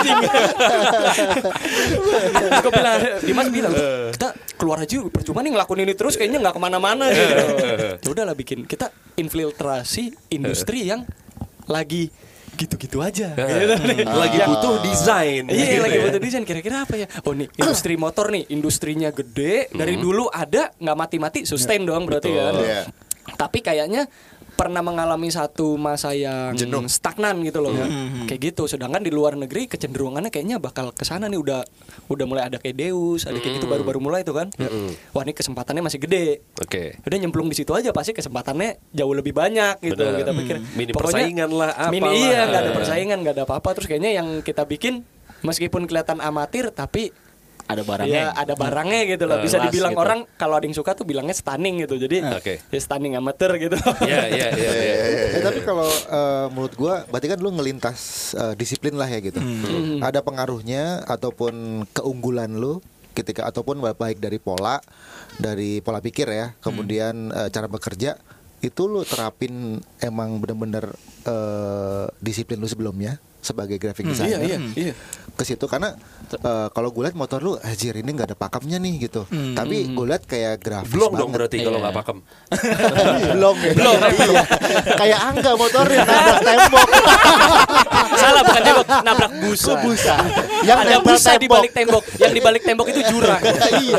Gue bilang, Dimas bilang kita keluar aja percuma nih ngelakuin ini terus kayaknya nggak kemana-mana gitu. Ya udahlah bikin kita infiltrasi industri yang lagi gitu-gitu aja. Lagi butuh desain. Iya gitu lagi ya. butuh desain kira-kira apa ya? Oh nih industri motor nih, industrinya gede dari dulu ada nggak mati-mati sustain dong berarti kan. Tapi kayaknya pernah mengalami satu masa yang stagnan gitu loh kayak gitu. Sedangkan di luar negeri kecenderungannya kayaknya bakal kesana nih, udah mulai ada kayak Deus, ada kayak gitu baru-baru mulai itu kan. Wah ini kesempatannya masih gede. Udah nyemplung di situ aja pasti kesempatannya jauh lebih banyak gitu. Bener. Kita pikir Minim pokoknya persaingan lah, apalah. iya nggak ada persaingan, nggak ada apa-apa. Terus kayaknya yang kita bikin meskipun kelihatan amatir tapi Ada barangnya. ya ada barangnya gitu loh. Bisa Kelas dibilang gitu. orang kalau ada yang suka tuh bilangnya stunning gitu. Jadi ya stunning amateur gitu. Iya. Tapi kalau menurut gua berarti kan lu ngelintas disiplin lah ya gitu. Ada pengaruhnya ataupun keunggulan lu ketika ataupun baik dari pola pikir ya, kemudian cara bekerja itu lu terapin emang bener-bener disiplin lu sebelumnya sebagai graphic designer. Iya. Ke situ karena kalau gue lihat motor lu anjir ini nggak ada pakemnya nih gitu. Tapi gue lihat kayak grafis Belum banget. dong berarti kalau nggak pakem. Belum ya. Iya. Kayak Angga motornya nabrak tembok. Salah bukan tembok. nabrak busa. Yang Ada nempel busa di tembok. balik tembok. Yang di balik tembok itu jurang. Iya.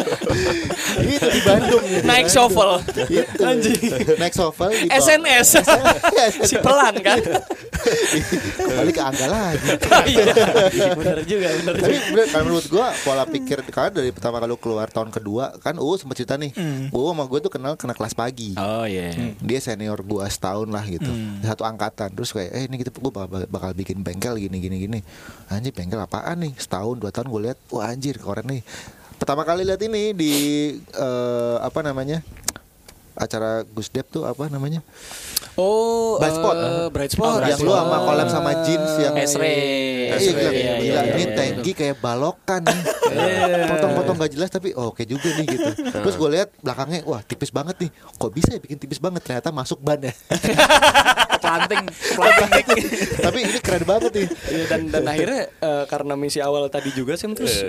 Itu di Bandung. Naik shovel. Itu. Naik shovel di SNS. Si pelan kan. Kembali ke angka lagi. Iya. Bener juga. Tapi bener, kalau menurut gua pola pikir karena dari pertama kali lu keluar tahun kedua kan sempat cerita nih. Sama gue tuh kena kelas pagi. Oh iya. Dia senior gua setahun lah gitu. Satu angkatan. Terus kayak ini kita gua bakal bikin bengkel gini. Anjir bengkel apaan nih? Setahun 2 tahun gue lihat, wah anjir keren nih. Pertama kali lihat ini di apa namanya? Acara Gus Dep tuh apa namanya? Oh, Bright Spot. Yang lu sama collab sama Jeans yang Esre. Gila, ini tanki kayak balokan nih. Potong-potong gak jelas tapi oke juga nih gitu. Terus gue lihat belakangnya, wah tipis banget nih. Kok bisa ya bikin tipis banget? Ternyata masuk ban ya. Planting. Tapi ini keren banget nih. Iya, dan akhirnya karena misi awal tadi juga sih terus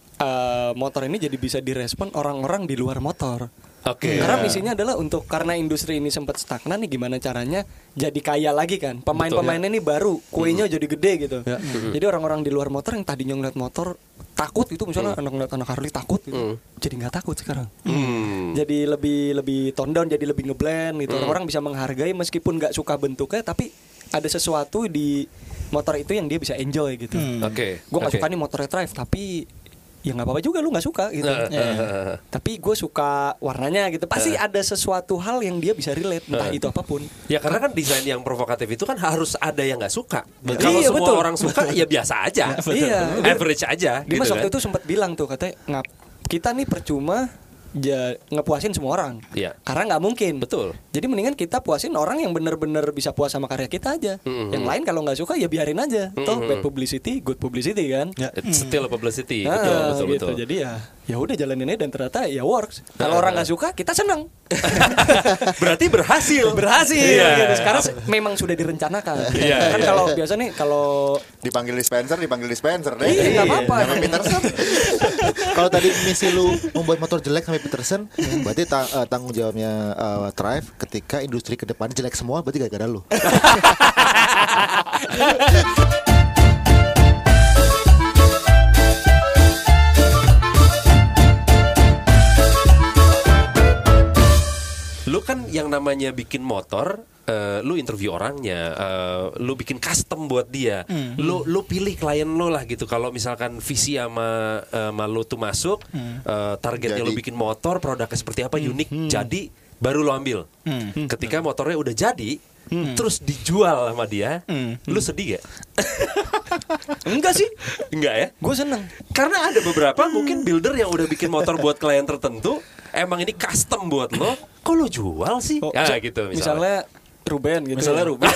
motor ini jadi bisa direspon orang-orang di luar motor. Oke. Karena misinya adalah karena industri ini sempat stagnan nih, gimana caranya jadi kaya lagi kan. Pemain-pemainnya ini baru, kuenya jadi gede gitu. Jadi orang-orang di luar motor yang tadinya ngeliat motor takut itu, misalnya anak Harley takut gitu. Jadi nggak takut sekarang. Jadi lebih tone down, jadi lebih ngeblend gitu. Orang-orang bisa menghargai meskipun nggak suka bentuknya, tapi ada sesuatu di motor itu yang dia bisa enjoy gitu. Oke. Gue nggak suka nih motornya drive, tapi ya nggak apa-apa juga lu nggak suka gitu. Tapi gue suka warnanya gitu. Pasti ada sesuatu hal yang dia bisa relate, entah itu apapun. Ya karena kan desain yang provokatif itu kan harus ada yang nggak suka. Kalau Iya, semua betul. orang suka ya biasa aja. Iya. Average aja. Dimas gitu waktu kan. itu sempat bilang tuh, katanya kita nih percuma ngepuasin semua orang. Iya. Karena nggak mungkin. Betul. Jadi mendingan kita puasin orang yang benar-benar bisa puas sama karya kita aja. Yang lain kalau nggak suka ya biarin aja. Toh bad publicity, good publicity kan. It's still a publicity. Nah, Betul. gitu. Jadi ya udah jalanin aja dan ternyata ya works. Kalau orang nggak suka kita seneng. Berarti berhasil. Iya. Gitu. Sekarang memang sudah direncanakan. Iya, Kan iya. kalau biasa nih kalau Dipanggil dispenser deh. iya nggak apa-apa. Sama Peterson. Kalau tadi misi lu membuat motor jelek sampai Peterson, berarti tanggung jawabnya Thrive ketika industri ke depan jelek semua, berarti gara-gara lu. Lu kan yang namanya bikin motor, lu interview orangnya, lu bikin custom buat dia, lu pilih klien lu lah gitu. Kalau misalkan visi sama lu tuh masuk, targetnya Jadi. lu bikin motor, produknya seperti apa unik, jadi baru lu ambil. Ketika motornya udah jadi, terus dijual sama dia, lu sedih gak? enggak sih. Enggak ya? Gue seneng. Karena ada beberapa mungkin builder yang udah bikin motor buat klien tertentu, emang ini custom buat lo, kok lo jual sih? Gitu Misalnya Ruben gitu. Misalnya Ruben.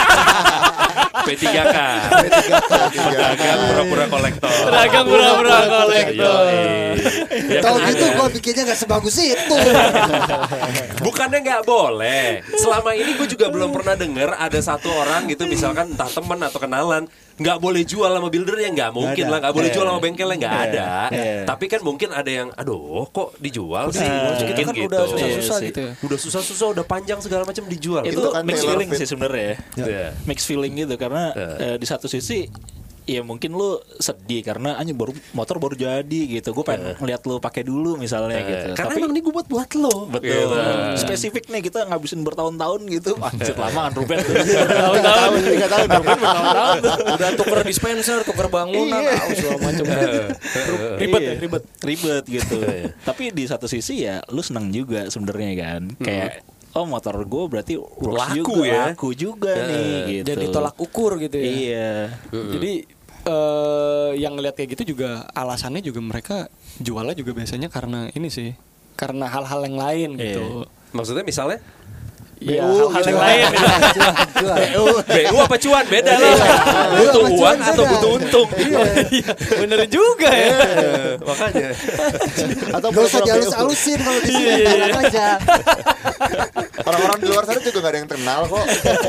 P3K. Pedagang pura-pura kolektor. Pedagang pura-pura kolektor. Ya Tahu kan gitu ada. gua bikinnya nggak sebagus itu. Bukannya nggak boleh. Selama ini gue juga belum pernah dengar ada satu orang gitu, misalkan entah teman atau kenalan, nggak boleh jual sama buildernya, nggak mungkin lah, nggak boleh jual sama bengkelnya, nggak ada. Tapi kan mungkin ada yang, aduh kok dijual sih? Kita Mungkin kan gitu. udah susah-susah Iya gitu ya. Udah susah-susah, udah panjang segala macam dijual. Itu kan mixed tailor feeling fit. sih sebenarnya ya. Iya. Mixed feeling gitu karena di satu sisi ya mungkin lu sedih karena anjing motor baru jadi gitu. Gue pengen ngeliat lu pakai dulu misalnya gitu. Karena Tapi emang ini gue buat lo. betul. Spesifik nih kita ngabisin bertahun-tahun gitu. Anjir lama kan Ruben. Tahun-tahun 3 tahun. bertahun-tahun udah tuker dispenser, tuker bangunan, segala macam. Ribet ya, Ribet gitu. Tapi di satu sisi ya lu senang juga sebenarnya kan. Kayak oh motor gue berarti works Laku juga, ya. laku juga nih gitu. Jadi tolak ukur gitu ya. Iya. Jadi yang ngeliat kayak gitu juga alasannya juga mereka jualnya juga biasanya karena ini sih, karena hal-hal yang lain gitu. Maksudnya misalnya? Ya, hal-hal yang lain. BU apa cuan? Beda lah. Butuh sama uang cuan atau beda. butuh untung? Iya, bener juga ya. Makanya. Atau Gak usah pura-pura dihalus-halusin kalau di sini tenang aja. Orang-orang di luar sana juga gak ada yang kenal kok.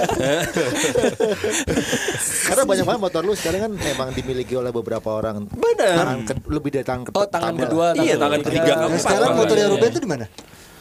Karena banyak banget motor lu sekarang kan memang dimiliki oleh beberapa orang. Benar. Lebih dari tangan Oh, tangan pertama kedua, lah. Iya, tangan ketiga, Nah, keempat. sekarang bahkan. motornya Ruben tuh di mana?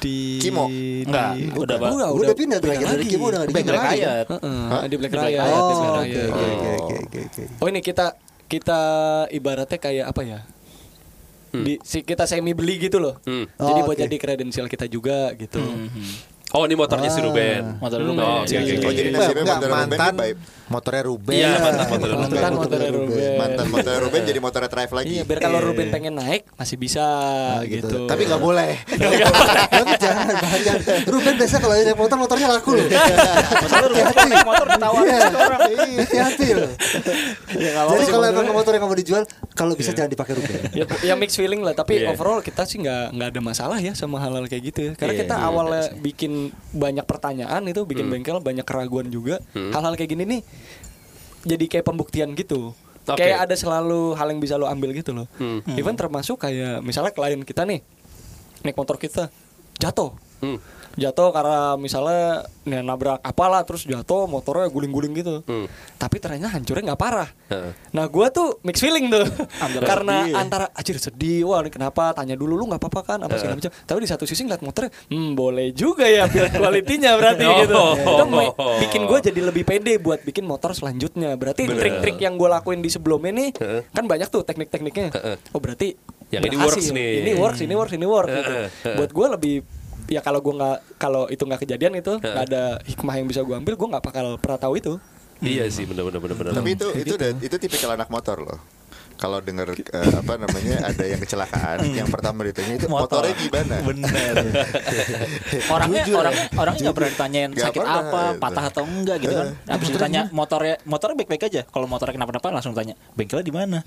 di Kimo. Enggak, Udah pindah terakhir dari Kimo udah Black Riot. Di Black Riot. Oke. Oh ini kita ibaratnya kayak apa ya? Kita semi beli gitu loh. Jadi buat jadi kredensial kita juga gitu. Oh ini motornya si Ruben. Motor Ruben. Oh, oke. Oh jadi nasibnya Enggak, motor Ruben mantan baik. motornya Ruben. Iya mantan motornya Ruben. Mantan motornya Ruben. Mantan motor Ruben jadi motornya Drive lagi. Iya, biar kalau Ruben pengen naik masih bisa gitu. Tapi nggak boleh. Jangan bahaya. Ruben biasa kalau naik motornya laku loh. Masalah Ruben naik motor ditawarin ke orang. Hati-hati loh. Jadi kalau emang motor yang mau dijual, kalau bisa jangan dipakai Ruben. Ya mix feeling lah, tapi overall kita sih nggak ada masalah ya sama hal-hal kayak gitu ya. Karena kita awalnya bikin banyak pertanyaan itu, bikin bengkel banyak keraguan juga. Hal-hal kayak gini nih jadi kayak pembuktian gitu. Kayak ada selalu hal yang bisa lo ambil gitu loh. Even termasuk kayak misalnya klien kita nih naik motor kita jatuh. Jatuh karena misalnya nabrak apalah terus jatuh motornya guling-guling gitu. Tapi ternyata hancurnya nggak parah. Nah gue tuh mix feeling tuh karena antara anjir sedih, wah ini kenapa, tanya dulu lu nggak apa-apa kan apa segala macam. Tapi di satu sisi ngeliat motornya boleh juga ya build quality-nya berarti gitu. Itu bikin gue jadi lebih pede buat bikin motor selanjutnya. Berarti trik-trik yang gue lakuin di sebelumnya nih kan banyak tuh teknik-tekniknya. Oh berarti yang ini works nih. Ini works gitu. Buat gue lebih ya kalau itu nggak kejadian itu nggak ada hikmah yang bisa gue ambil, gue nggak bakal pernah tahu itu. Iya sih benar. Tapi itu tipikal anak motor loh. Kalau dengar ada yang kecelakaan, yang pertama ditanya itu motornya gimana? Bener. Orangnya nggak pernah ditanyain sakit apa, patah atau enggak gitu kan. Habis ditanya motornya baik-baik aja. Kalau motornya kenapa-napa langsung tanya bengkelnya di mana.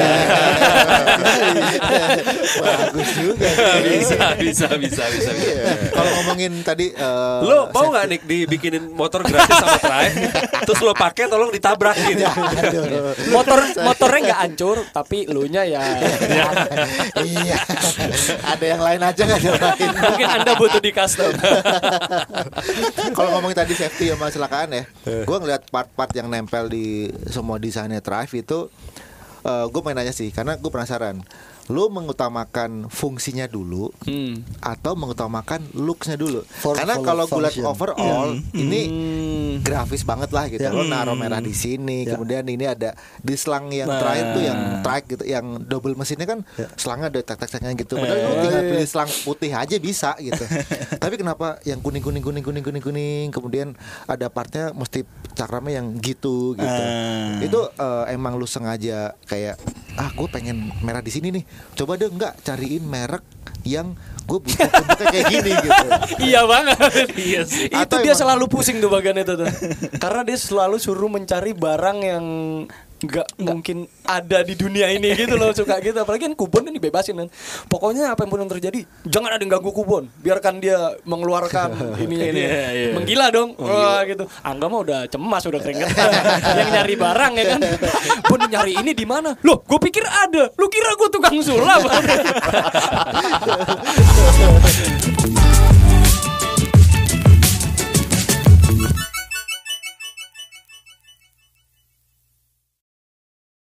Bagus juga. Bisa. Kalau ngomongin tadi Lo mau nggak Nick dibikinin motor gratis sama Drive, terus lo pakai tolong ditabrakin. Motornya nggak hancur tapi lunya ya. iya. Ada yang lain aja nggak ada lain. Mungkin Anda butuh di custom. Kalau ngomongin tadi safety sama kecelakaan ya, gue ngeliat part-part yang nempel di semua desainnya Drive itu, gue pengen nanya sih, karena gue penasaran. Lu mengutamakan fungsinya dulu atau mengutamakan looksnya dulu? Karena kalau gue lihat overall ini grafis banget lah gitu. Lo naruh merah di sini, kemudian ini ada di selang yang terakhir tuh yang track gitu, yang double mesinnya kan selangnya ada tak-taknya gitu. Padahal lo tinggal pilih selang putih aja bisa gitu. Tapi kenapa yang kuning, kemudian ada partnya mesti cakramnya yang gitu. Itu emang lu sengaja kayak gue pengen merah di sini nih. Coba deh cariin merek yang gue butuh bentuknya kayak gini gitu. Iya banget. Iya sih. Itu dia selalu pusing tuh bagian itu tuh. Karena dia selalu suruh mencari barang yang nggak mungkin ada di dunia ini gitu loh, suka gitu. Apalagi kan Kubon ini bebasin kan. Pokoknya apa yang terjadi jangan ada yang ganggu Kubon, biarkan dia mengeluarkan ininya dia. Menggila dong. Wah gitu. Angga mah udah cemas, udah keringetan. Yang nyari barang ya kan. Pun nyari ini di mana? Loh, gue pikir ada. Lu kira gue tukang sulap.